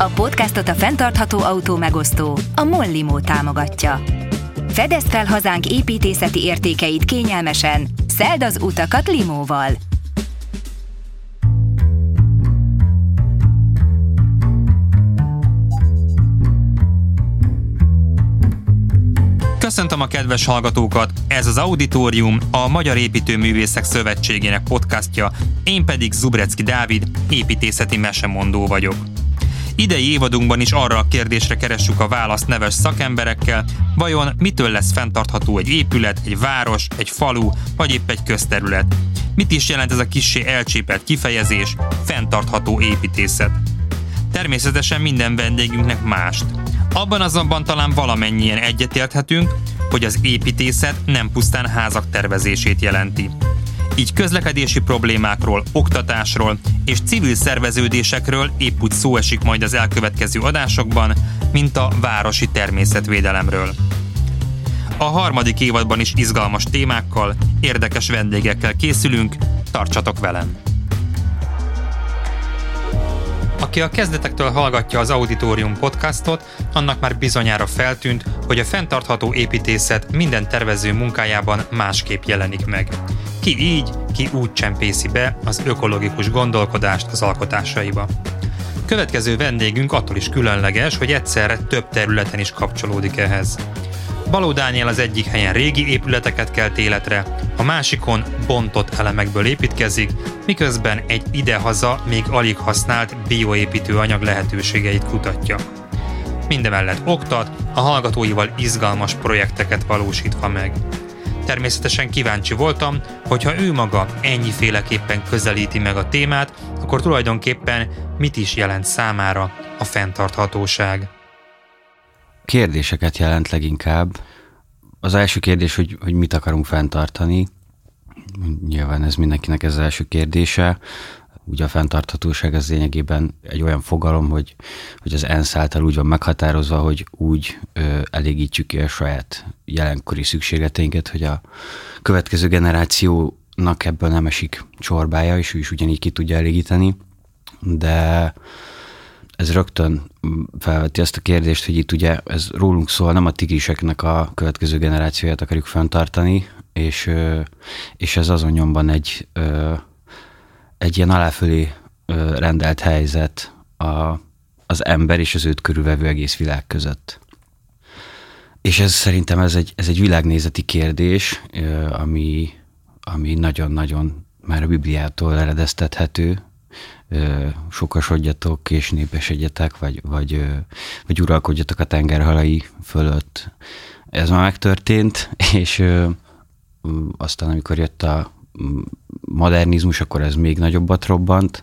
A podcastot a fenntartható autó megosztó, a MOL Limo támogatja. Fedezd fel hazánk építészeti értékeit kényelmesen, szeld az utakat limóval! Köszöntöm a kedves hallgatókat! Ez az Auditorium, a Magyar Építőművészek Szövetségének podcastja, én pedig Zubrecki Dávid, építészeti mesemondó vagyok. Idei évadunkban is arra a kérdésre keressük a választ neves szakemberekkel, vajon mitől lesz fenntartható egy épület, egy város, egy falu, vagy épp egy közterület? Mit is jelent ez a kissé elcsépelt kifejezés, fenntartható építészet? Természetesen minden vendégünknek mást. Abban azonban talán valamennyien egyetérthetünk, hogy az építészet nem pusztán házak tervezését jelenti. Így közlekedési problémákról, oktatásról és civil szerveződésekről épp úgy szó esik majd az elkövetkező adásokban, mint a városi természetvédelemről. A harmadik évadban is izgalmas témákkal, érdekes vendégekkel készülünk, tartsatok velem! Aki a kezdetektől hallgatja az Auditorium podcastot, annak már bizonyára feltűnt, hogy a fenntartható építészet minden tervező munkájában másképp jelenik meg. Ki így, ki úgy csempészi be az ökológikus gondolkodást az alkotásaiba. Következő vendégünk attól is különleges, hogy egyszerre több területen is kapcsolódik ehhez. Baló Dániel az egyik helyen régi épületeket kelt életre, a másikon bontott elemekből építkezik, miközben egy idehaza még alig használt bioépítő anyag lehetőségeit kutatja. Mindemellett oktat, a hallgatóival izgalmas projekteket valósítva meg. Természetesen kíváncsi voltam, hogyha ő maga ennyiféleképpen közelíti meg a témát, akkor tulajdonképpen mit is jelent számára a fenntarthatóság. Kérdéseket jelent leginkább. Az első kérdés, hogy mit akarunk fenntartani. Nyilván ez mindenkinek ez az első kérdése. Ugye a fenntarthatóság az lényegében egy olyan fogalom, hogy az ENSZ által úgy van meghatározva, hogy úgy elégítjük ki a saját jelenkori szükségleteinket, hogy a következő generációnak ebből nem esik csorbája, és ő is ugyanígy ki tudja elégíteni. De ez rögtön felveti azt a kérdést, hogy itt ugye ez rólunk szól, nem a tigriseknek a következő generációját akarjuk fenntartani, és ez azon nyomban egy ilyen aláfölé rendelt helyzet az ember és az őt körülvevő egész világ között. És ez szerintem ez egy világnézeti kérdés, ami nagyon-nagyon már a Bibliától eredeztethető. Sokasodjatok és népesedjetek, vagy uralkodjatok a tengerhalai fölött. Ez már megtörtént, és aztán amikor jött a modernizmus, akkor ez még nagyobbat robbant,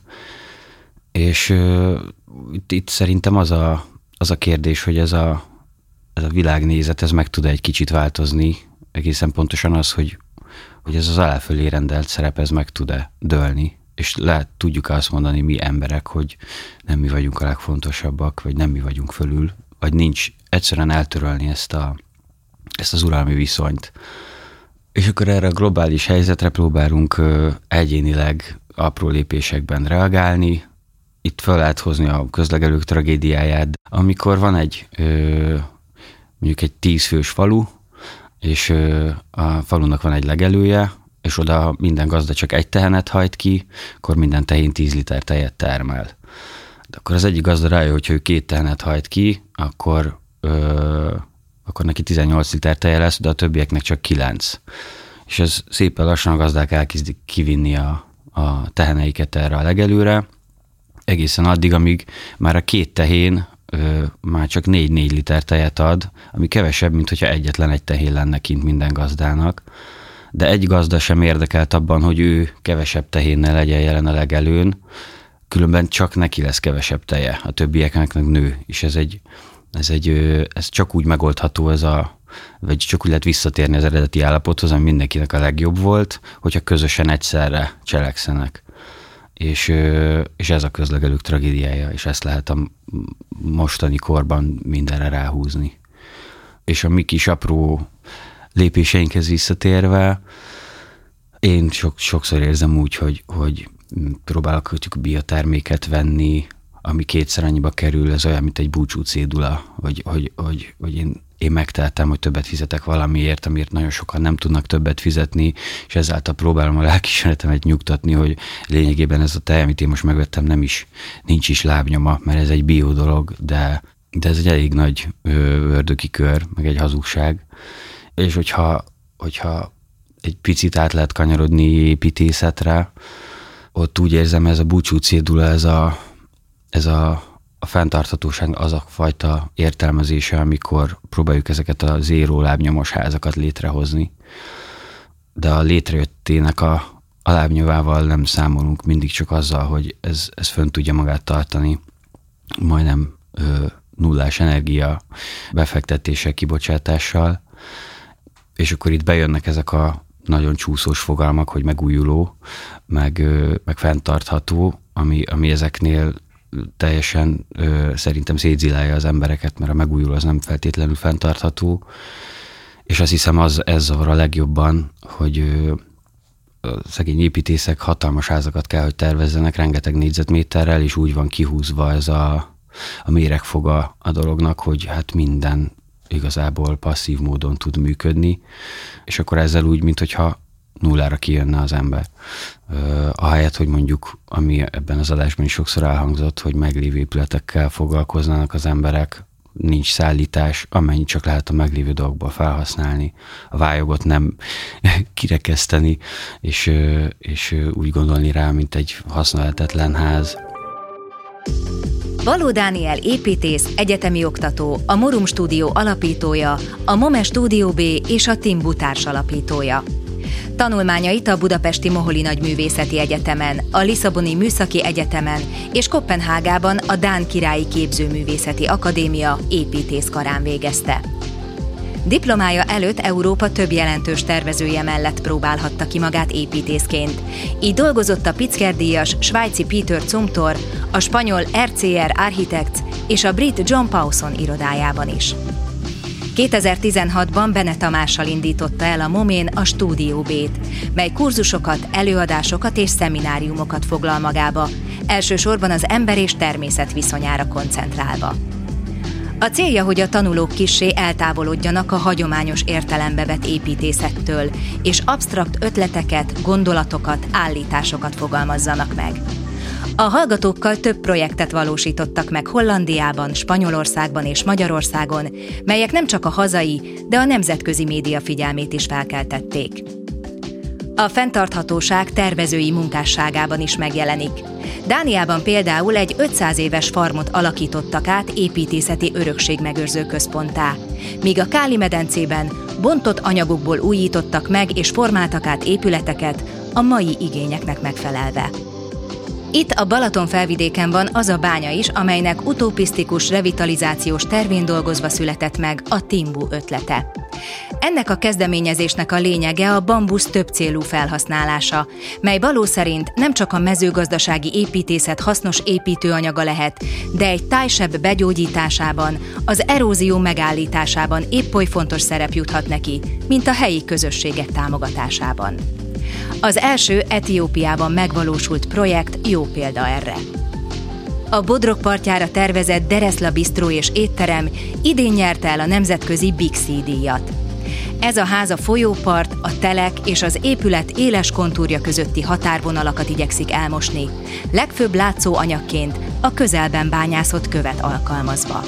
és itt szerintem az a kérdés, hogy ez a világnézet, ez meg tud egy kicsit változni, egészen pontosan az, hogy ez az aláfölé rendelt szerep, ez meg tud-e dőlni, és tudjuk azt mondani mi emberek, hogy nem mi vagyunk a legfontosabbak, vagy nem mi vagyunk fölül, vagy nincs egyszerűen eltörölni ezt az uralmi viszonyt. És akkor erre a globális helyzetre próbálunk egyénileg apró lépésekben reagálni. Itt fel lehet hozni a közlegelők tragédiáját, amikor van mondjuk egy 10 fős falu, és a falunak van egy legelője, és oda minden gazda csak egy tehenet hajt ki, akkor minden tehén 10 liter tejet termel. De akkor az egyik gazda rájön, hogyha ő 2 tehenet hajt ki, akkor neki 18 liter teje lesz, de a többieknek csak 9. És ez szépen lassan a gazdák elkezdik kivinni a teheneiket erre a legelőre, egészen addig, amíg már a 2 tehén már csak 4 liter tejet ad, ami kevesebb, mint hogyha egyetlen egy tehén lenne kint minden gazdának. De egy gazda sem érdekelt abban, hogy ő kevesebb tehénnel legyen jelen a legelőn, különben csak neki lesz kevesebb teje, a többieknek meg nő. És ez csak úgy megoldható, vagy csak úgy lehet visszatérni az eredeti állapothoz, ami mindenkinek a legjobb volt, hogyha közösen egyszerre cselekszenek. És ez a közlegelők tragédiája, és ezt lehet a mostani korban mindenre ráhúzni. És a mi kis apró lépéseinkhez visszatérve, én sokszor érzem úgy, hogy próbálok bioterméket venni, ami 2-szer annyiba kerül, ez olyan, mint egy búcsú cédula, hogy én megteltem, hogy többet fizetek valamiért, amiért nagyon sokan nem tudnak többet fizetni, és ezáltal próbálom a lelkismeretemet nyugtatni, hogy lényegében ez a tej, amit én most megvettem, nincs is lábnyoma, mert ez egy bio dolog, de ez egy elég nagy ördögi kör, meg egy hazugság. És hogyha egy picit át lehet kanyarodni építészetre, ott úgy érzem, ez a búcsú cédula, ez a fenntarthatóság az a fajta értelmezése, amikor próbáljuk ezeket a zéró lábnyomos házakat létrehozni. De a létrejöttének a lábnyomával nem számolunk, mindig csak azzal, hogy ez fönn tudja magát tartani, majdnem nullás energia befektetése, kibocsátással, és akkor itt bejönnek ezek a nagyon csúszós fogalmak, hogy megújuló, meg fenntartható, ami ezeknél teljesen szerintem szétzilálja az embereket, mert a megújuló az nem feltétlenül fenntartható, és azt hiszem ez zavar a legjobban, hogy szegény építészek hatalmas házakat kell, hogy tervezzenek rengeteg négyzetméterrel, és úgy van kihúzva ez a méregfoga a dolognak, hogy hát minden igazából passzív módon tud működni, és akkor ezzel úgy, minthogyha nullára kijönne az ember. Ahelyett, hogy mondjuk, ami ebben az adásban is sokszor elhangzott, hogy meglévő épületekkel foglalkoznának az emberek, nincs szállítás, amennyit csak lehet a meglévő dolgokból felhasználni, a vályogot nem kirekeszteni, és úgy gondolni rá, mint egy használhatatlan ház. Balogh Dániel építész, egyetemi oktató, a Morum Stúdió alapítója, a MOME Stúdió B és a Timbu társalapítója. Tanulmányait a Budapesti Moholi Nagyművészeti Egyetemen, a Lisszaboni Műszaki Egyetemen és Koppenhágában a Dán Királyi Képzőművészeti Akadémia építészkarán végezte. Diplomája előtt Európa több jelentős tervezője mellett próbálhatta ki magát építészként. Így dolgozott a Pritzker-díjas svájci Peter Zumthor, a spanyol RCR Architects és a brit John Pawson irodájában is. 2016-ban Bene Tamással indította el a MOMÉN a Stúdió B-t, mely kurzusokat, előadásokat és szemináriumokat foglal magába, elsősorban az ember és természet viszonyára koncentrálva. A célja, hogy a tanulók kissé eltávolodjanak a hagyományos értelembe vett építészettől, és absztrakt ötleteket, gondolatokat, állításokat fogalmazzanak meg. A hallgatókkal több projektet valósítottak meg Hollandiában, Spanyolországban és Magyarországon, melyek nem csak a hazai, de a nemzetközi média figyelmét is felkeltették. A fenntarthatóság tervezői munkásságában is megjelenik. Dániában például egy 500 éves farmot alakítottak át építészeti örökségmegőrző központtá, míg a Káli-medencében bontott anyagokból újítottak meg és formáltak át épületeket a mai igényeknek megfelelve. Itt a Balaton felvidéken van az a bánya is, amelynek utopisztikus revitalizációs tervén dolgozva született meg a Timbu ötlete. Ennek a kezdeményezésnek a lényege a bambusz többcélú felhasználása, mely Balogh szerint nem csak a mezőgazdasági építészet hasznos építőanyaga lehet, de egy tájsebb begyógyításában, az erózió megállításában épp oly fontos szerep juthat neki, mint a helyi közösségek támogatásában. Az első Etiópiában megvalósult projekt jó példa erre. A Bodrog partjára tervezett Dereszla Bistró és étterem idén nyerte el a nemzetközi Big C díjat. Ez a ház a folyópart, a telek és az épület éles kontúrja közötti határvonalakat igyekszik elmosni, legfőbb látszóanyagként a közelben bányászott követ alkalmazva.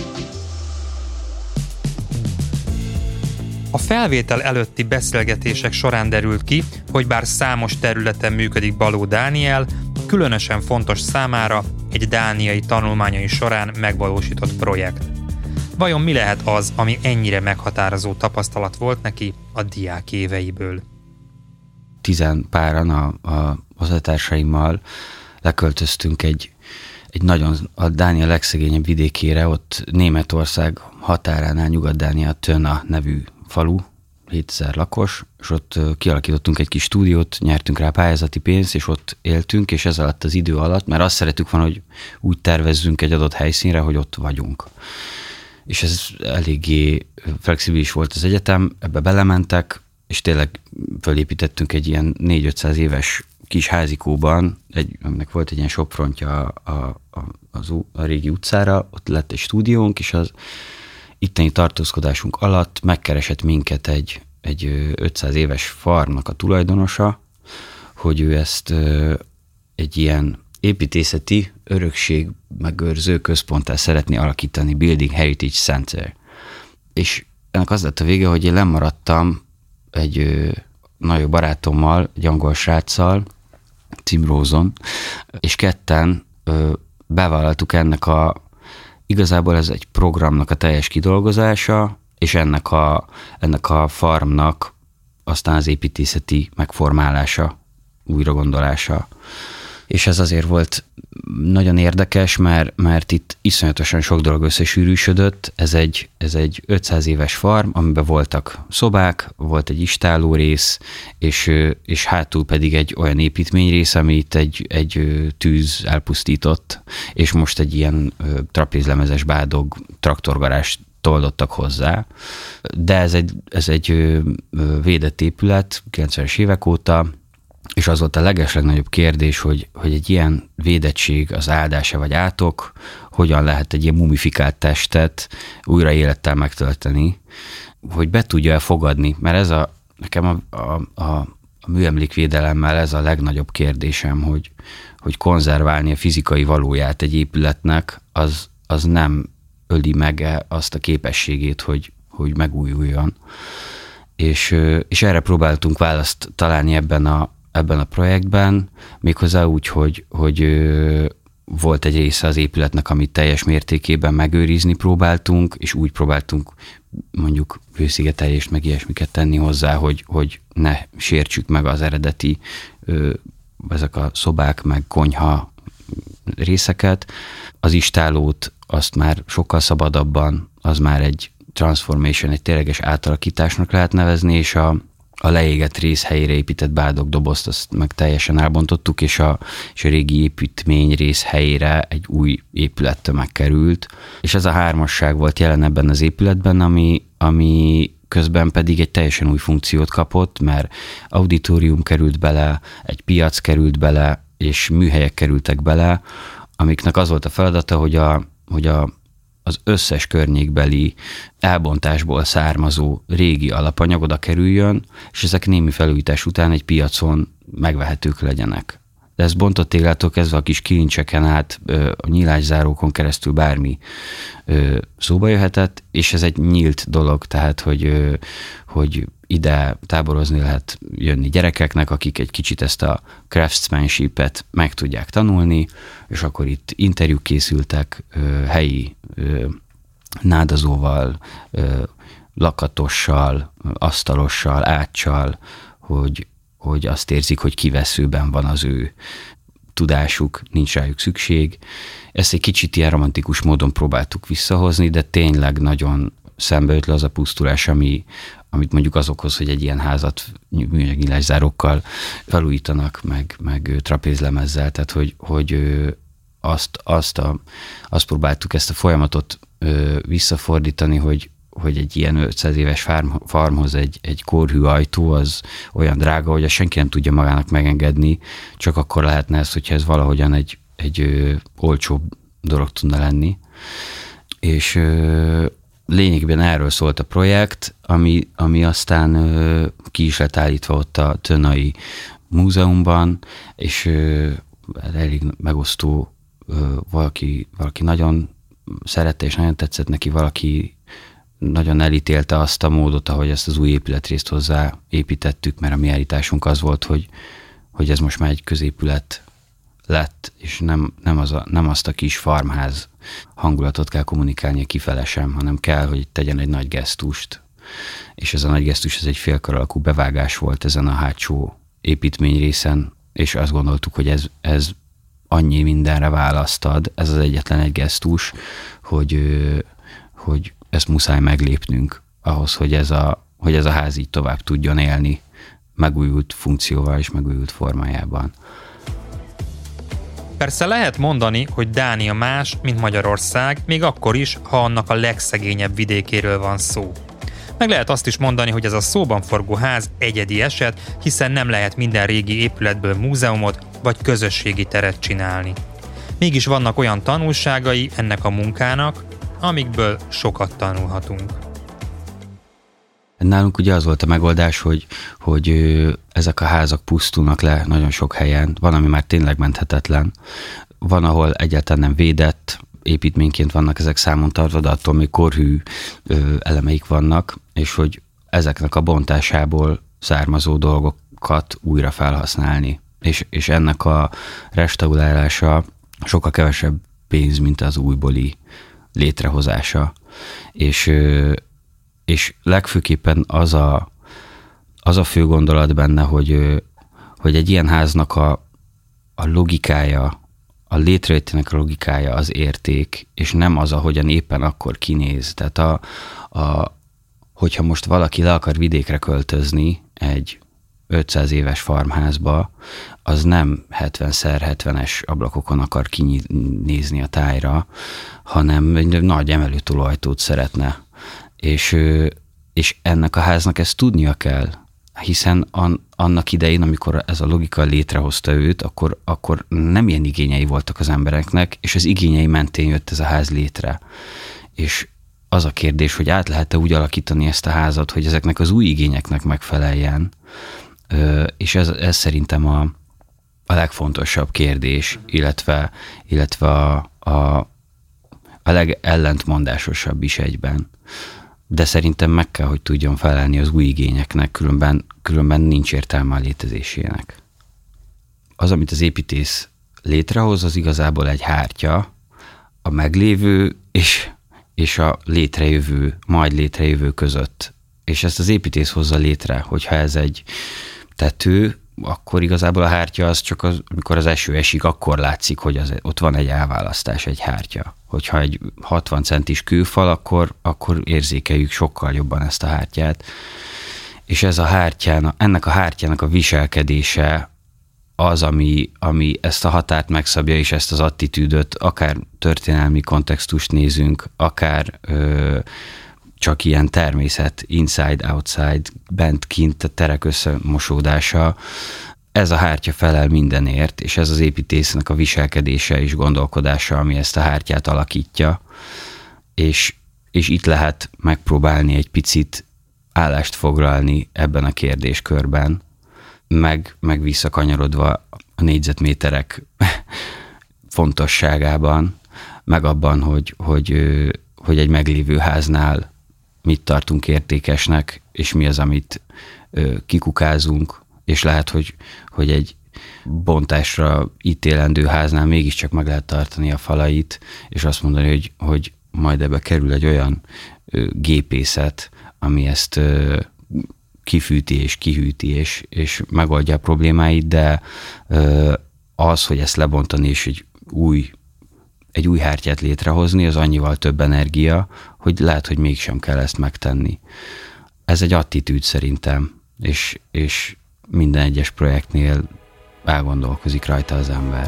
A felvétel előtti beszélgetések során derült ki, hogy bár számos területen működik Balogh Dániel, különösen fontos számára egy dániai tanulmányai során megvalósított projekt. Vajon mi lehet az, ami ennyire meghatározó tapasztalat volt neki a diák éveiből? 10 páran a osztálytársaimmal leköltöztünk egy nagyon a Dánia legszegényebb vidékére, ott Németország határánál Nyugat-Dánia Töna nevű falu, 7000 lakos, és ott kialakítottunk egy kis stúdiót, nyertünk rá pályázati pénzt, és ott éltünk, és ez alatt az idő alatt, mert azt szeretük volna, hogy úgy tervezzünk egy adott helyszínre, hogy ott vagyunk. És ez eléggé flexibilis volt az egyetem, ebbe belementek, és tényleg fölépítettünk egy ilyen 400-500 éves kis házikóban, aminek volt egy ilyen shopfrontja a régi utcára, ott lett egy stúdiónk, és az itteni tartózkodásunk alatt megkeresett minket egy 500 éves farmnak a tulajdonosa, hogy ő ezt egy ilyen építészeti örökség megőrző központtá szeretné alakítani, Building Heritage Center. És ennek az lett a vége, hogy én lemaradtam egy nagyon barátommal, egy angol sráccal, Tim Rosen, és ketten bevállaltuk igazából ez egy programnak a teljes kidolgozása, és ennek a farmnak aztán az építészeti megformálása, újragondolása. És ez azért volt nagyon érdekes, mert itt iszonyatosan sok dolog összesűrűsödött. Ez egy 500 éves farm, amiben voltak szobák, volt egy istállórész, és hátul pedig egy olyan építményrész, amit egy tűz elpusztított, és most egy ilyen trapézlemezes bádog traktorgarást toldottak hozzá. De ez egy védett épület 90-es évek óta, és az volt a legeslegnagyobb kérdés, hogy egy ilyen védettség az áldása vagy átok, hogyan lehet egy ilyen mumifikált testet újra élettel megtölteni, hogy be tudja fogadni, mert nekem a műemlékvédelemmel ez a legnagyobb kérdésem, hogy konzerválni a fizikai valóját egy épületnek, az nem öli meg azt a képességét, hogy megújuljon. És erre próbáltunk választ találni ebben a projektben, méghozzá úgy, hogy volt egy része az épületnek, amit teljes mértékében megőrizni próbáltunk, és úgy próbáltunk mondjuk hőszigetelést, meg ilyesmiket tenni hozzá, hogy ne sértsük meg az eredeti ezek a szobák, meg konyha részeket. Az istállót azt már sokkal szabadabban, az már egy transformation, egy tényleges átalakításnak lehet nevezni, és a leégett rész helyére épített bádogdobozt azt meg teljesen elbontottuk, és a régi építmény rész helyére egy új épülettömeg került. És ez a hármasság volt jelen ebben az épületben, ami közben pedig egy teljesen új funkciót kapott, mert auditorium került bele, egy piac került bele, és műhelyek kerültek bele, amiknek az volt a feladata, hogy az összes környékbeli elbontásból származó régi alapanyag oda kerüljön, és ezek némi felújítás után egy piacon megvehetők legyenek. De ez bontott téglától kezdve a kis kilincseken át, a nyílászárókon keresztül bármi szóba jöhetett, és ez egy nyílt dolog, tehát hogy ide táborozni lehet jönni gyerekeknek, akik egy kicsit ezt a craftsmanship-et meg tudják tanulni, és akkor itt interjúk készültek helyi nádazóval, lakatossal, asztalossal, áccsal, hogy azt érzik, hogy kiveszőben van az ő tudásuk, nincs rájuk szükség. Ezt egy kicsit ilyen romantikus módon próbáltuk visszahozni, de tényleg nagyon szembe jött le az a pusztulás, amit mondjuk az okoz, hogy egy ilyen házat műanyag nyílászárókkal felújítanak, meg trapézlemezzel, tehát hogy azt próbáltuk ezt a folyamatot visszafordítani, hogy egy ilyen 500 éves farmhoz egy korhű ajtó az olyan drága, hogy azt senki nem tudja magának megengedni, csak akkor lehetne ez, hogyha ez valahogyan egy olcsóbb dolog tudna lenni. És lényegében erről szólt a projekt, ami aztán ki is lett állítva ott a Tönai Múzeumban, és elég megosztó, valaki nagyon szerette, és nagyon tetszett neki, valaki nagyon elítélte azt a módot, ahogy ezt az új épületrészt hozzá építettük, mert a mi állításunk az volt, hogy ez most már egy középület lett, és nem azt a kis farmház hangulatot kell kommunikálnia kifele sem, hanem kell, hogy tegyen egy nagy gesztust. És ez a nagy gesztus, ez egy félkör alakú bevágás volt ezen a hátsó építményrészen, és azt gondoltuk, hogy ez annyi mindenre választ ad, ez az egyetlen egy gesztus, hogy ezt muszáj meglépnünk ahhoz, hogy ez a ház így tovább tudjon élni, megújult funkcióval és megújult formájában. Persze lehet mondani, hogy Dánia más, mint Magyarország, még akkor is, ha annak a legszegényebb vidékéről van szó. Meg lehet azt is mondani, hogy ez a szóban forgó ház egyedi eset, hiszen nem lehet minden régi épületből múzeumot vagy közösségi teret csinálni. Mégis vannak olyan tanulságai ennek a munkának, amikből sokat tanulhatunk. Nálunk ugye az volt a megoldás, hogy ezek a házak pusztulnak le nagyon sok helyen. Van, ami már tényleg menthetetlen. Van, ahol egyáltalán nem védett építményként vannak ezek számon tartva, de attól még korhű elemeik vannak, és hogy ezeknek a bontásából származó dolgokat újra felhasználni. És ennek a restaurálása sokkal kevesebb pénz, mint az újbóli létrehozása. És legfőképpen az a fő gondolat benne, hogy egy ilyen háznak a logikája, a létrejöttének a logikája az érték, és nem az, ahogyan éppen akkor kinéz. Tehát hogyha most valaki le akar vidékre költözni egy 500 éves farmházba, az nem 70x70-es ablakokon akar kinézni a tájra, hanem egy nagy emelőtólóajtót szeretne. És ennek a háznak ezt tudnia kell, hiszen annak idején, amikor ez a logika létrehozta őt, akkor nem ilyen igényei voltak az embereknek, és az igényei mentén jött ez a ház létre. És az a kérdés, hogy át lehet-e úgy alakítani ezt a házat, hogy ezeknek az új igényeknek megfeleljen, és ez szerintem a legfontosabb kérdés, illetve a legellentmondásosabb is egyben. De szerintem meg kell, hogy tudjon felelni az új igényeknek, különben nincs értelme a létezésének. Az, amit az építész létrehoz, az igazából egy hártya a meglévő és a majd létrejövő között. És ezt az építész hozza létre, hogyha ez egy tető, akkor igazából a hártya az csak amikor az eső esik, akkor látszik, hogy ott van egy elválasztás, egy hártya. Hogyha egy 60 centis kőfal, akkor érzékeljük sokkal jobban ezt a hártyát. És ennek a hártyának a viselkedése az, ami ezt a határt megszabja, és ezt az attitűdöt, akár történelmi kontextust nézünk, akár csak ilyen természet, inside, outside, bent, kint, a terek összemosódása, ez a hártya felel mindenért, és ez az építésznek a viselkedése és gondolkodása, ami ezt a hártyát alakítja, és itt lehet megpróbálni egy picit állást foglalni ebben a kérdéskörben, meg visszakanyarodva a négyzetméterek fontosságában, meg abban, hogy egy meglévő háznál mit tartunk értékesnek, és mi az, amit kikukázunk, és lehet, hogy egy bontásra ítélendő háznál mégiscsak meg lehet tartani a falait, és azt mondani, hogy majd ebbe kerül egy olyan gépészet, ami ezt kifűti és kihűti, és megoldja a problémáit, de az, hogy ezt lebontani és egy új hártyát létrehozni, az annyival több energia, hogy lehet, hogy mégsem kell ezt megtenni. Ez egy attitűd szerintem, és minden egyes projektnél elgondolkozik rajta az ember.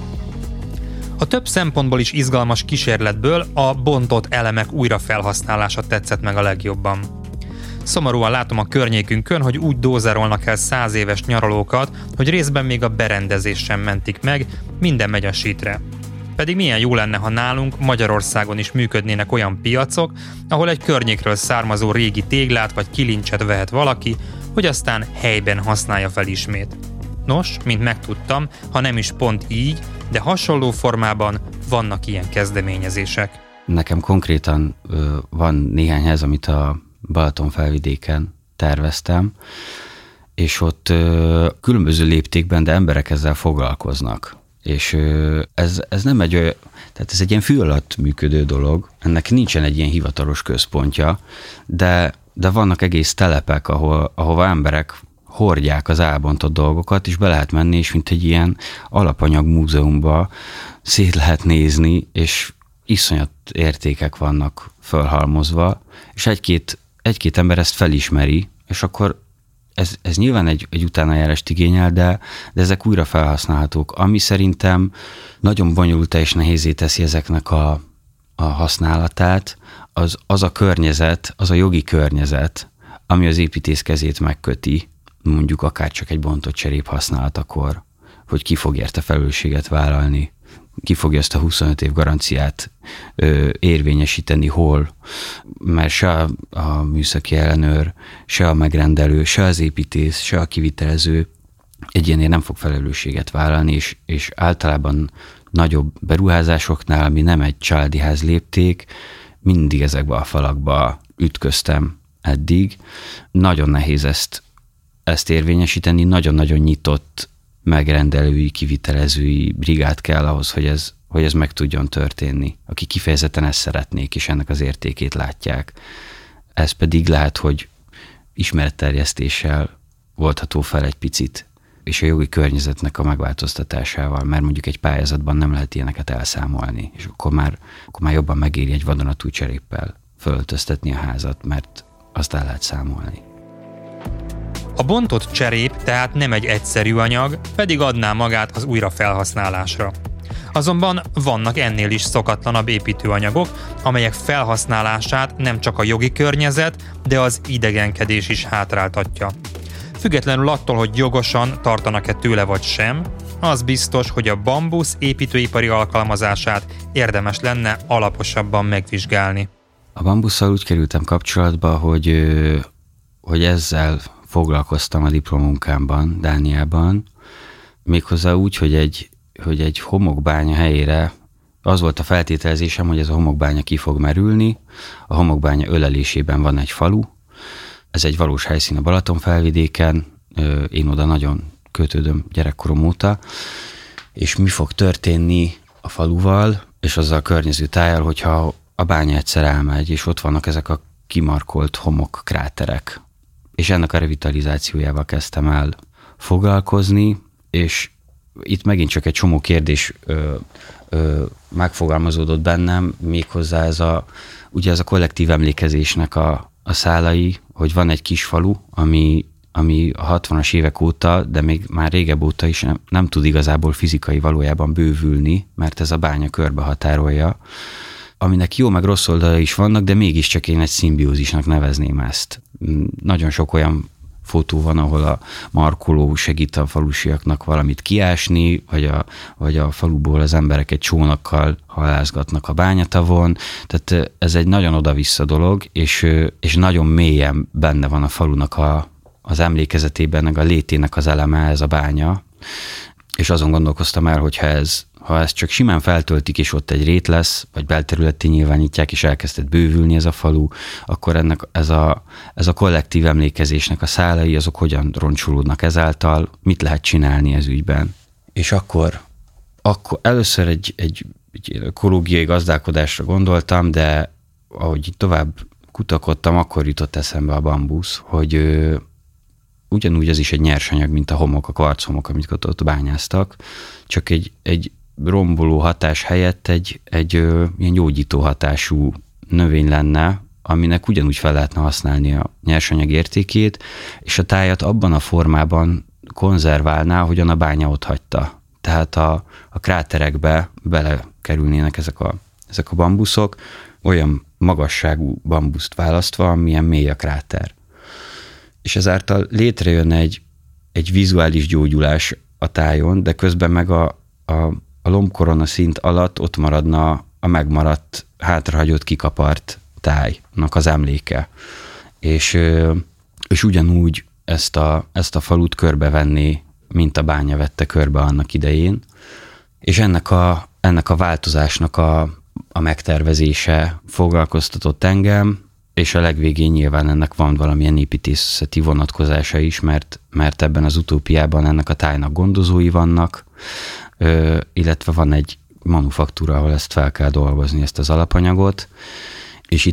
A több szempontból is izgalmas kísérletből a bontott elemek újrafelhasználása tetszett meg a legjobban. Szomorúan látom a környékünkön, hogy úgy dózerolnak el 100 éves nyaralókat, hogy részben még a berendezés sem mentik meg, minden megy a sítre. Pedig milyen jó lenne, ha nálunk Magyarországon is működnének olyan piacok, ahol egy környékről származó régi téglát vagy kilincset vehet valaki, hogy aztán helyben használja fel ismét. Nos, mint megtudtam, ha nem is pont így, de hasonló formában vannak ilyen kezdeményezések. Nekem konkrétan van néhány ház, amit a Balatonfelvidéken terveztem, és ott különböző léptékben, de emberek ezzel foglalkoznak. És ez nem egy olyan, tehát ez egy ilyen fű alatt működő dolog, ennek nincsen egy ilyen hivatalos központja, de vannak egész telepek, ahova emberek hordják az elbontott dolgokat, és be lehet menni, és mint egy ilyen alapanyag múzeumba szét lehet nézni, és iszonyat értékek vannak fölhalmozva, és egy-két ember ezt felismeri, és akkor ez nyilván egy utánajárást igényel, de ezek újra felhasználhatók, ami szerintem nagyon bonyolultá és nehézé teszi ezeknek a a használatát, az a környezet, az a jogi környezet, ami az építész kezét megköti, mondjuk akár csak egy bontott cserép használatakor, hogy ki fog érte felelősséget vállalni, ki fogja ezt a 25 év garanciát érvényesíteni, hol, mert se a műszaki ellenőr, se a megrendelő, se az építész, se a kivitelező egy ilyenért nem fog felelősséget vállalni, és általában nagyobb beruházásoknál, ami nem egy családi ház lépték, mindig ezekbe a falakba ütköztem eddig. Nagyon nehéz ezt érvényesíteni, nagyon-nagyon nyitott megrendelői, kivitelezői brigád kell ahhoz, hogy ez meg tudjon történni, akik kifejezetten ezt szeretnék, és ennek az értékét látják. Ez pedig lehet, hogy ismeretterjesztéssel oldható fel egy picit, és a jogi környezetnek a megváltoztatásával, mert mondjuk egy pályázatban nem lehet ilyeneket elszámolni, és akkor már jobban megéri egy vadonatúj cseréppel fölöltöztetni a házat, mert azt el lehet számolni. A bontott cserép tehát nem egy egyszerű anyag, pedig adná magát az újrafelhasználásra. Azonban vannak ennél is szokatlanabb építőanyagok, amelyek felhasználását nem csak a jogi környezet, de az idegenkedés is hátráltatja. Függetlenül attól, hogy jogosan tartanak-e tőle vagy sem, az biztos, hogy a bambusz építőipari alkalmazását érdemes lenne alaposabban megvizsgálni. A bambusszal úgy kerültem kapcsolatba, hogy ezzel foglalkoztam a diplomunkámban, Dániában, méghozzá úgy, hogy egy homokbánya helyére az volt a feltételezésem, hogy ez a homokbánya ki fog merülni. A homokbánya ölelésében van egy falu, ez egy valós helyszín a Balatonfelvidéken, én oda nagyon kötődöm gyerekkorom óta, és mi fog történni a faluval, és azzal a környező tájjal, hogyha a bánya egyszer elmegy, és ott vannak ezek a kimarkolt homok kráterek. És ennek a revitalizációjával kezdtem el foglalkozni, és itt megint csak egy csomó kérdés megfogalmazódott bennem, méghozzá ez a kollektív emlékezésnek a szálai, hogy van egy kis falu, ami a 60-as évek óta, de még már régebb óta is nem tud igazából fizikai valójában bővülni, mert ez a bánya körbehatárolja, aminek jó meg rossz oldala is vannak, de mégiscsak én egy szimbiózisnak nevezném ezt. Nagyon sok olyan fotó van, ahol a markoló segít a falusiaknak valamit kiásni, vagy a faluból az emberek egy csónakkal halászgatnak a bányatavon. Tehát ez egy nagyon oda-vissza dolog, és nagyon mélyen benne van a falunak az emlékezetében, meg a létének az eleme, ez a bánya. És azon gondolkoztam el, hogy ha ezt csak simán feltöltik, és ott egy rét lesz, vagy belterületté nyilvánítják, és elkezdett bővülni ez a falu, akkor ennek ez a kollektív emlékezésnek a szálai, azok hogyan roncsolódnak ezáltal, mit lehet csinálni ez ügyben. És akkor először egy ökológiai gazdálkodásra gondoltam, de ahogy tovább kutakodtam, akkor jutott eszembe a bambusz, hogy ugyanúgy az is egy nyersanyag, mint a homok, a kvarchomok, amit ott bányáztak, csak egy romboló hatás helyett egy ilyen gyógyító hatású növény lenne, aminek ugyanúgy fel lehetne használni a nyersanyag értékét, és a tájat abban a formában konzerválná, hogyan a bánya ott hagyta. Tehát a kráterekbe belekerülnének ezek a bambuszok, olyan magasságú bambuszt választva, amilyen mély a kráter. És ezáltal létrejön egy vizuális gyógyulás a tájon, de közben meg a lombkorona szint alatt ott maradna a megmaradt, hátrahagyott, kikapart tájnak az emléke. És ugyanúgy ezt a falut körbevenné, mint a bánya vette körbe annak idején. És ennek a változásnak a megtervezése foglalkoztatott engem, és a legvégén nyilván ennek van valamilyen építészeti vonatkozása is, mert ebben az utópiában ennek a tájnak gondozói vannak, illetve van egy manufaktúra, ahol ezt fel kell dolgozni, ezt az alapanyagot, és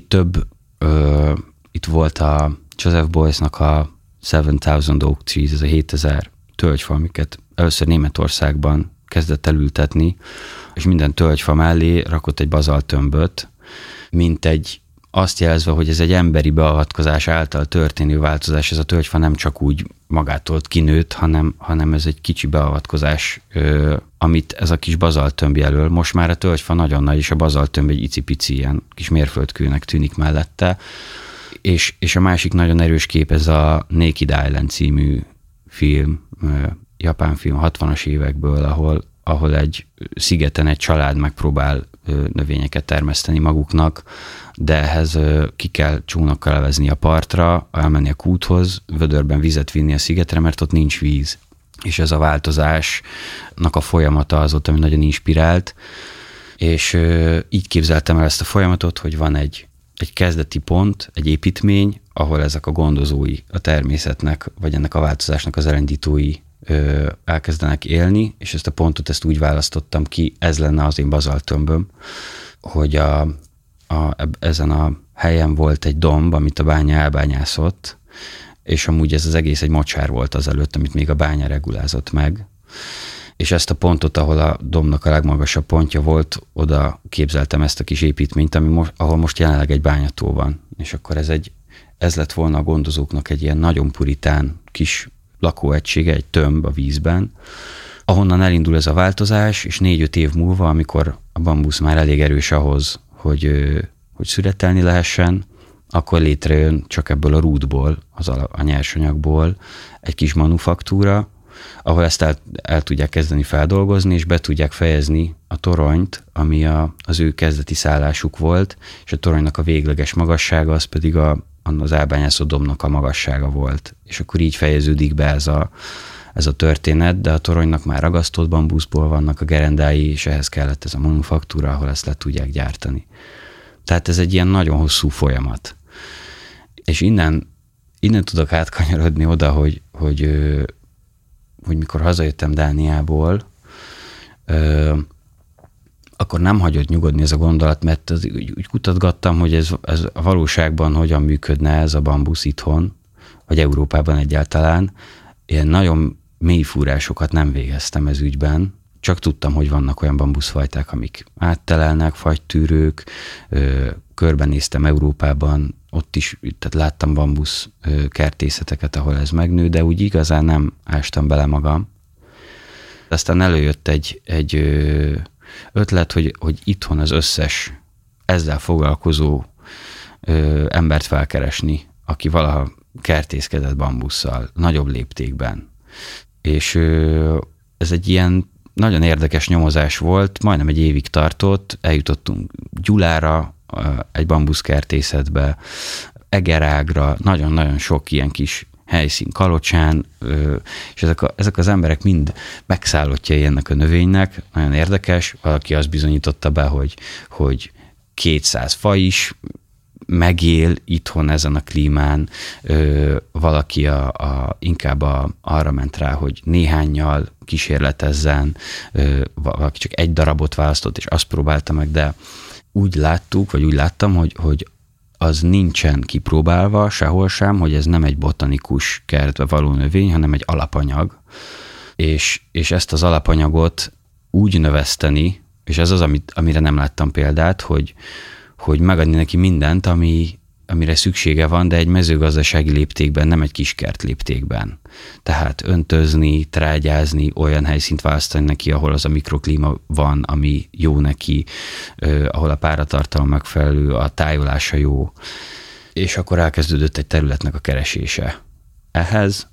itt volt a Joseph Beuysnak a 7000 Oak Trees, ez a 7000 tölgyfa, amiket először Németországban kezdett elültetni, és minden tölgyfa mellé rakott egy bazalttömböt, mint egy azt jelezve, hogy ez egy emberi beavatkozás által történő változás, ez a tölgyfa nem csak úgy magától kinőtt, hanem ez egy kicsi beavatkozás, amit ez a kis bazalttömb jelöl. Most már a tölgyfa nagyon nagy, és a bazalttömb egy icipici ilyen kis mérföldkőnek tűnik mellette. És a másik nagyon erős kép ez a Naked Island című film, japán film 60-as évekből, ahol egy szigeten egy család megpróbál növényeket termeszteni maguknak, de ehhez ki kell csónakkal levezni a partra, elmenni a kúthoz, vödörben vizet vinni a szigetre, mert ott nincs víz. És ez a változásnak a folyamata az ott, ami nagyon inspirált, és így képzeltem el ezt a folyamatot, hogy van egy kezdeti pont, egy építmény, ahol ezek a gondozói a természetnek, vagy ennek a változásnak az elindítói elkezdenek élni, és ezt a pontot úgy választottam ki, ez lenne az én bazalttömböm, hogy ezen a helyen volt egy domb, amit a bánya elbányászott, és amúgy ez az egész egy mocsár volt azelőtt, amit még a bánya regulázott meg. És ezt a pontot, ahol a dombnak a legmagasabb pontja volt, oda képzeltem ezt a kis építményt, ahol most jelenleg egy bányató van. És akkor ez lett volna a gondozóknak egy ilyen nagyon puritán kis lakóegysége, egy tömb a vízben, ahonnan elindul ez a változás, és 4-5 év múlva, amikor a bambusz már elég erős ahhoz, hogy szüretelni lehessen, akkor létrejön csak ebből a rútból, a nyersanyagból egy kis manufaktúra, ahol ezt el tudják kezdeni feldolgozni, és be tudják fejezni a toronyt, ami az ő kezdeti szállásuk volt, és a toronynak a végleges magassága, az pedig az elbányászott dombnak a magassága volt. És akkor így fejeződik be ez a történet, de a toronynak már ragasztott bambuszból vannak a gerendái, és ehhez kellett ez a manufaktúra, ahol ezt le tudják gyártani. Tehát ez egy ilyen nagyon hosszú folyamat. És innen tudok átkanyarodni oda, hogy mikor hazajöttem Dániából, akkor nem hagyott nyugodni ez a gondolat, mert úgy kutatgattam, hogy ez a valóságban hogyan működne ez a bambusz itthon, vagy Európában egyáltalán. Ilyen nagyon mély fúrásokat nem végeztem ez ügyben, csak tudtam, hogy vannak olyan bambuszfajták, amik áttelelnek, fagytűrők, körbenéztem Európában, ott is tehát láttam bambusz kertészeteket, ahol ez megnő, de úgy igazán nem ástam bele magam. Aztán előjött egy ötlet, hogy itthon az összes ezzel foglalkozó embert felkeresni, aki valaha kertészkedett bambusszal, nagyobb léptékben. És ez egy ilyen nagyon érdekes nyomozás volt, majdnem egy évig tartott, eljutottunk Gyulára, egy bambuszkertészetbe, Egerágra, nagyon-nagyon sok ilyen kis helyszín, Kalocsán, és ezek az emberek mind megszállottjai ennek a növénynek, nagyon érdekes, valaki azt bizonyította be, hogy 200 faj is megél itthon ezen a klímán, valaki inkább arra ment rá, hogy néhánnyal kísérletezzen, valaki csak egy darabot választott, és azt próbálta meg, de úgy láttam, hogy az nincsen kipróbálva sehol sem, hogy ez nem egy botanikus kertbe való növény, hanem egy alapanyag, és ezt az alapanyagot úgy növeszteni, és ez az, amire nem láttam példát, hogy megadni neki mindent, amire szüksége van, de egy mezőgazdasági léptékben, nem egy kiskert léptékben. Tehát öntözni, trágyázni, olyan helyszínt választani neki, ahol az a mikroklíma van, ami jó neki, ahol a páratartalom megfelelő, a tájolása jó, és akkor elkezdődött egy területnek a keresése. Ehhez,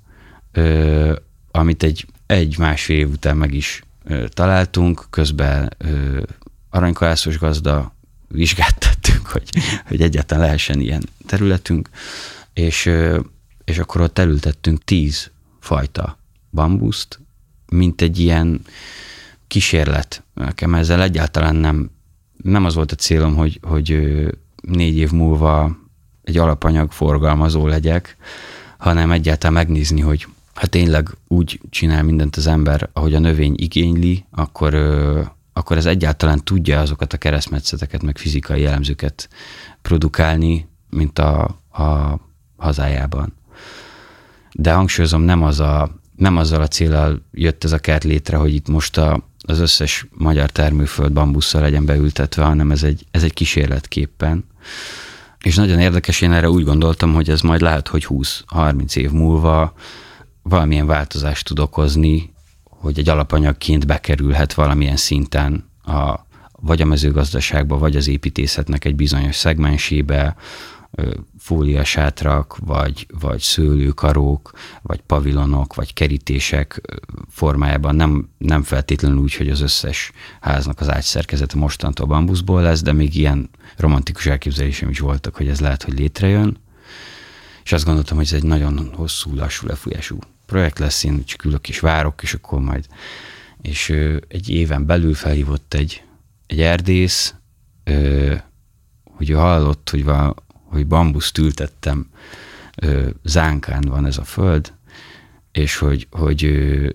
amit egy-másfél év után meg is találtunk, közben aranykalászos gazda, vizsgát tettünk, hogy egyáltalán lehessen ilyen területünk, és akkor ott elültettünk 10 fajta bambuszt, mint egy ilyen kísérlet. Nekem ezzel egyáltalán nem az volt a célom, hogy 4 év múlva egy alapanyag forgalmazó legyek, hanem egyáltalán megnézni, hogy ha tényleg úgy csinál mindent az ember, ahogy a növény igényli, akkor ez egyáltalán tudja azokat a keresztmetszeteket, meg fizikai jellemzőket produkálni, mint a hazájában. De hangsúlyozom, nem azzal a céllal jött ez a kert létre, hogy itt most az összes magyar termőföld bambusszal legyen beültetve, hanem ez egy kísérletképpen. És nagyon érdekes, én erre úgy gondoltam, hogy ez majd lehet, hogy 20-30 év múlva valamilyen változást tud okozni, hogy egy alapanyagként bekerülhet valamilyen szinten vagy a mezőgazdaságba, vagy az építészetnek egy bizonyos szegmensébe, fóliasátrak, vagy szőlőkarók, vagy pavilonok, vagy kerítések formájában, nem feltétlenül úgy, hogy az összes háznak az ágyszerkezete mostantól bambuszból lesz, de még ilyen romantikus elképzelésem is voltak, hogy ez lehet, hogy létrejön. És azt gondoltam, hogy ez egy nagyon hosszú, lassú lefújású projekt lesz, én csak ülök és várok, és akkor majd. És egy éven belül felhívott egy erdész, hogy ő hallott, hogy bambuszt ültettem, Zánkán van ez a föld, és hogy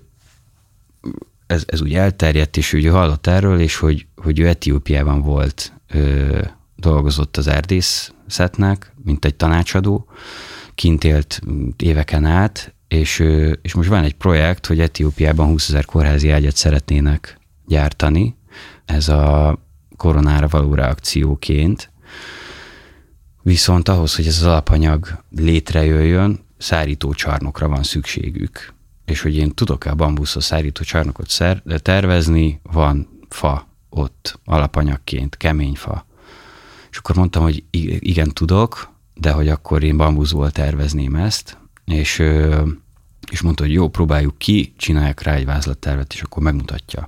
ez úgy elterjedt, és ő hallott erről, és hogy ő Etiópiában volt, dolgozott az erdészetnek, mint egy tanácsadó, kint élt éveken át, és most van egy projekt, hogy Etiópiában 20 000 kórházi ágyat szeretnének gyártani, ez a koronára való reakcióként. Viszont ahhoz, hogy ez az alapanyag létrejöjjön, szárítócsarnokra van szükségük. És hogy én tudok-e a bambuszhoz szárítócsarnokot tervezni, van fa ott alapanyagként, kemény fa. És akkor mondtam, hogy igen, tudok, de hogy akkor én bambuszból tervezném ezt, és mondta, hogy jó, próbáljuk ki, csinálják rá egy vázlattervet, és akkor megmutatja.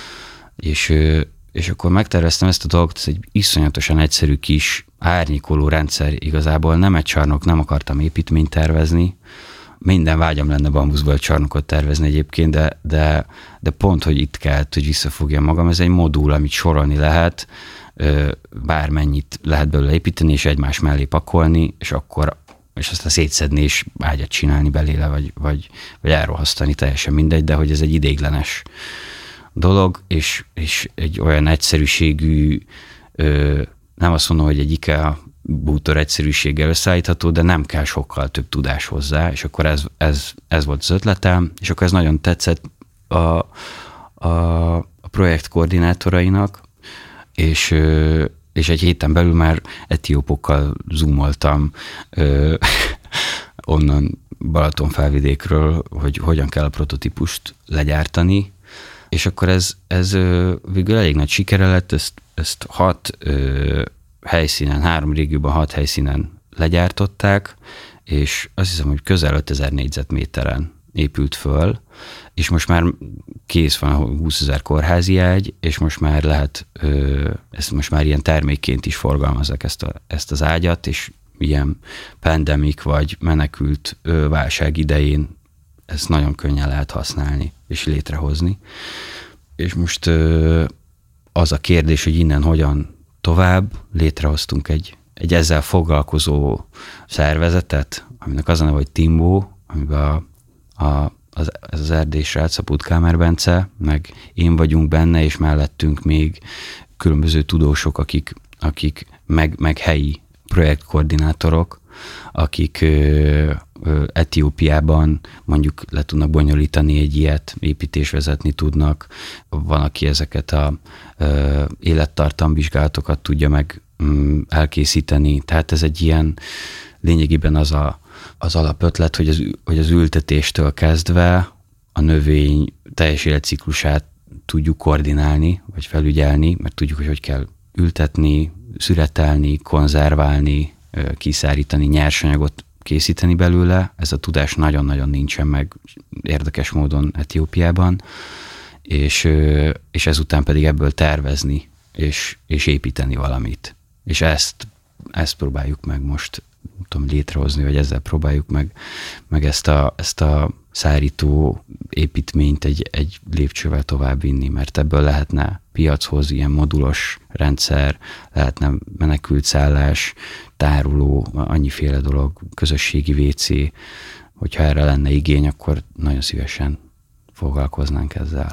És akkor megterveztem ezt a dolgot, ez egy iszonyatosan egyszerű kis árnyékoló rendszer, igazából nem egy csarnok, nem akartam építményt tervezni, minden vágyam lenne bambuszból egy csarnokot tervezni egyébként, de pont, hogy itt kellett, hogy visszafogjam magam, ez egy modul, amit sorolni lehet, bármennyit lehet belőle építeni, és egymás mellé pakolni, és aztán szétszedni, és ágyat csinálni belőle, vagy elrohasztani, teljesen mindegy, de hogy ez egy ideiglenes dolog, és egy olyan egyszerűségű, nem azt mondom, hogy egy IKEA bútor egyszerűséggel összeállítható, de nem kell sokkal több tudás hozzá, és akkor ez volt az ötletem, és akkor ez nagyon tetszett a projekt koordinátorainak, és egy héten belül már etiópokkal zoomoltam onnan Balatonfelvidékről, hogy hogyan kell a prototípust legyártani, és akkor ez végül elég nagy sikere lett, ezt 6 helyszínen, 3 régióban 6 helyszínen legyártották, és azt hiszem, hogy közel 5000 négyzetméteren épült föl, és most már kész van a 20 000 kórházi ágy, és most már lehet, ezt most már ilyen termékként is forgalmazzák ezt az ágyat, és ilyen pandemik vagy menekült válság idején ezt nagyon könnyen lehet használni és létrehozni. És most az a kérdés, hogy innen hogyan tovább, létrehoztunk egy ezzel foglalkozó szervezetet, aminek az a neve, hogy Timbo, amiben ez az erdés srác, a Puttkámer Bence, meg én vagyunk benne, és mellettünk még különböző tudósok, akik meg helyi projektkoordinátorok, akik Etiópiában mondjuk le tudnak bonyolítani egy ilyet, építést vezetni tudnak. Van, aki ezeket a élettartamvizsgálatokat tudja meg elkészíteni. Tehát ez egy ilyen, lényegében az alapötlet, hogy az ültetéstől kezdve a növény teljes életciklusát tudjuk koordinálni, vagy felügyelni, mert tudjuk, hogy kell ültetni, szüretelni, konzerválni, kiszárítani, nyersanyagot készíteni belőle. Ez a tudás nagyon-nagyon nincsen meg érdekes módon Etiópiában, és ezután pedig ebből tervezni, és építeni valamit. És ezt próbáljuk meg most létrehozni, vagy ezzel próbáljuk meg ezt a szárító építményt egy lépcsővel tovább vinni, mert ebből lehetne piachoz ilyen modulos rendszer, lehetne menekültszállás, tároló, annyiféle dolog, közösségi WC, hogyha erre lenne igény, akkor nagyon szívesen foglalkoznánk ezzel.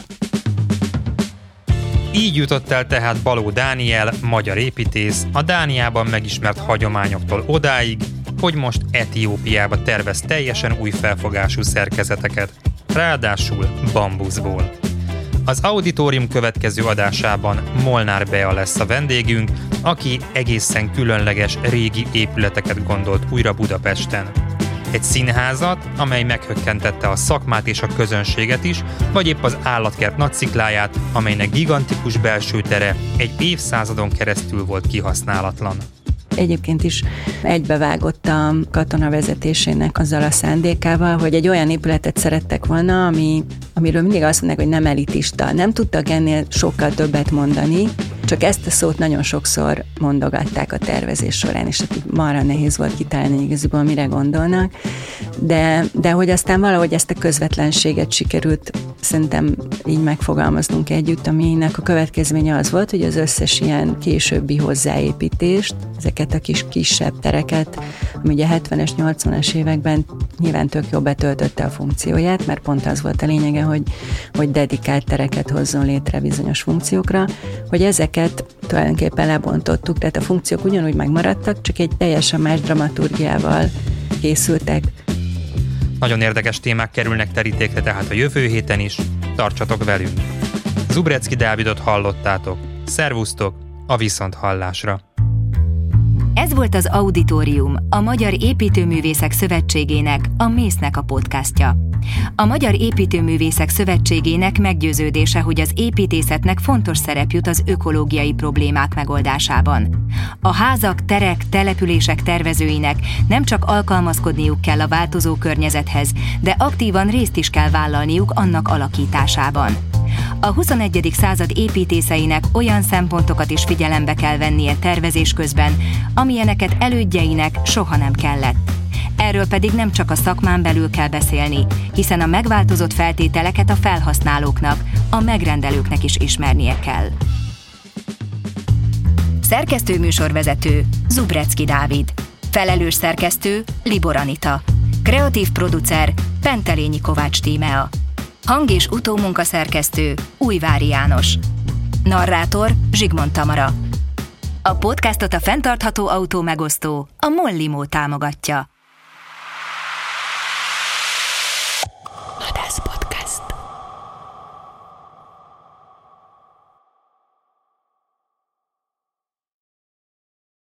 Így jutott el tehát Balogh Dániel, magyar építész, a Dániában megismert hagyományoktól odáig, hogy most Etiópiába tervez teljesen új felfogású szerkezeteket, ráadásul bambuszból. Az auditorium következő adásában Molnár Bea lesz a vendégünk, aki egészen különleges régi épületeket gondolt újra Budapesten. Egy színházat, amely meghökkentette a szakmát és a közönséget is, vagy épp az állatkert nagyszikláját, amelynek gigantikus belső tere egy évszázadon keresztül volt kihasználatlan. Egyébként is egybevágott a katona vezetésének azzal a szándékával, hogy egy olyan épületet szerettek volna, amiről mindig azt mondják, hogy nem elitista. Nem tudtak ennél sokkal többet mondani, csak ezt a szót nagyon sokszor mondogatták a tervezés során, és marra nehéz volt kitalálni igazából, mire gondolnak, de hogy aztán valahogy ezt a közvetlenséget sikerült szerintem így megfogalmaznunk együtt, aminek a következménye az volt, hogy az összes ilyen későbbi hozzáépítést, ezeket a kisebb tereket, ami ugye 70-es, 80-as években nyilván tök jól betöltötte a funkcióját, mert pont az volt a lényege, hogy dedikált tereket hozzon létre bizonyos funkciókra, hogy ezeket tulajdonképpen lebontottuk, tehát a funkciók ugyanúgy megmaradtak, csak egy teljesen más dramaturgiával készültek. Nagyon érdekes témák kerülnek terítékre tehát a jövő héten is, tartsatok velünk! Zubrecki Dávidot hallottátok. Szervusztok, a viszonthallásra! Ez volt az Auditorium, a Magyar Építőművészek Szövetségének, a Mésznek a podcastja. A Magyar Építőművészek Szövetségének meggyőződése, hogy az építészetnek fontos szerep jut az ökológiai problémák megoldásában. A házak, terek, települések tervezőinek nem csak alkalmazkodniuk kell a változó környezethez, de aktívan részt is kell vállalniuk annak alakításában. A 21. század építészeinek olyan szempontokat is figyelembe kell vennie tervezés közben, amilyeneket elődjeinek soha nem kellett. Erről pedig nem csak a szakmán belül kell beszélni, hiszen a megváltozott feltételeket a felhasználóknak, a megrendelőknek is ismernie kell. Szerkesztő-műsorvezető Zubrecki Dávid. Felelős szerkesztő Libor Anita. Kreatív producer Pentelényi Kovács Tímea. Hang- és utómunkaszerkesztő Újvári János. Narrátor Zsigmond Tamara. A podcastot a fenntartható autó megosztó, a MOL Limo támogatja.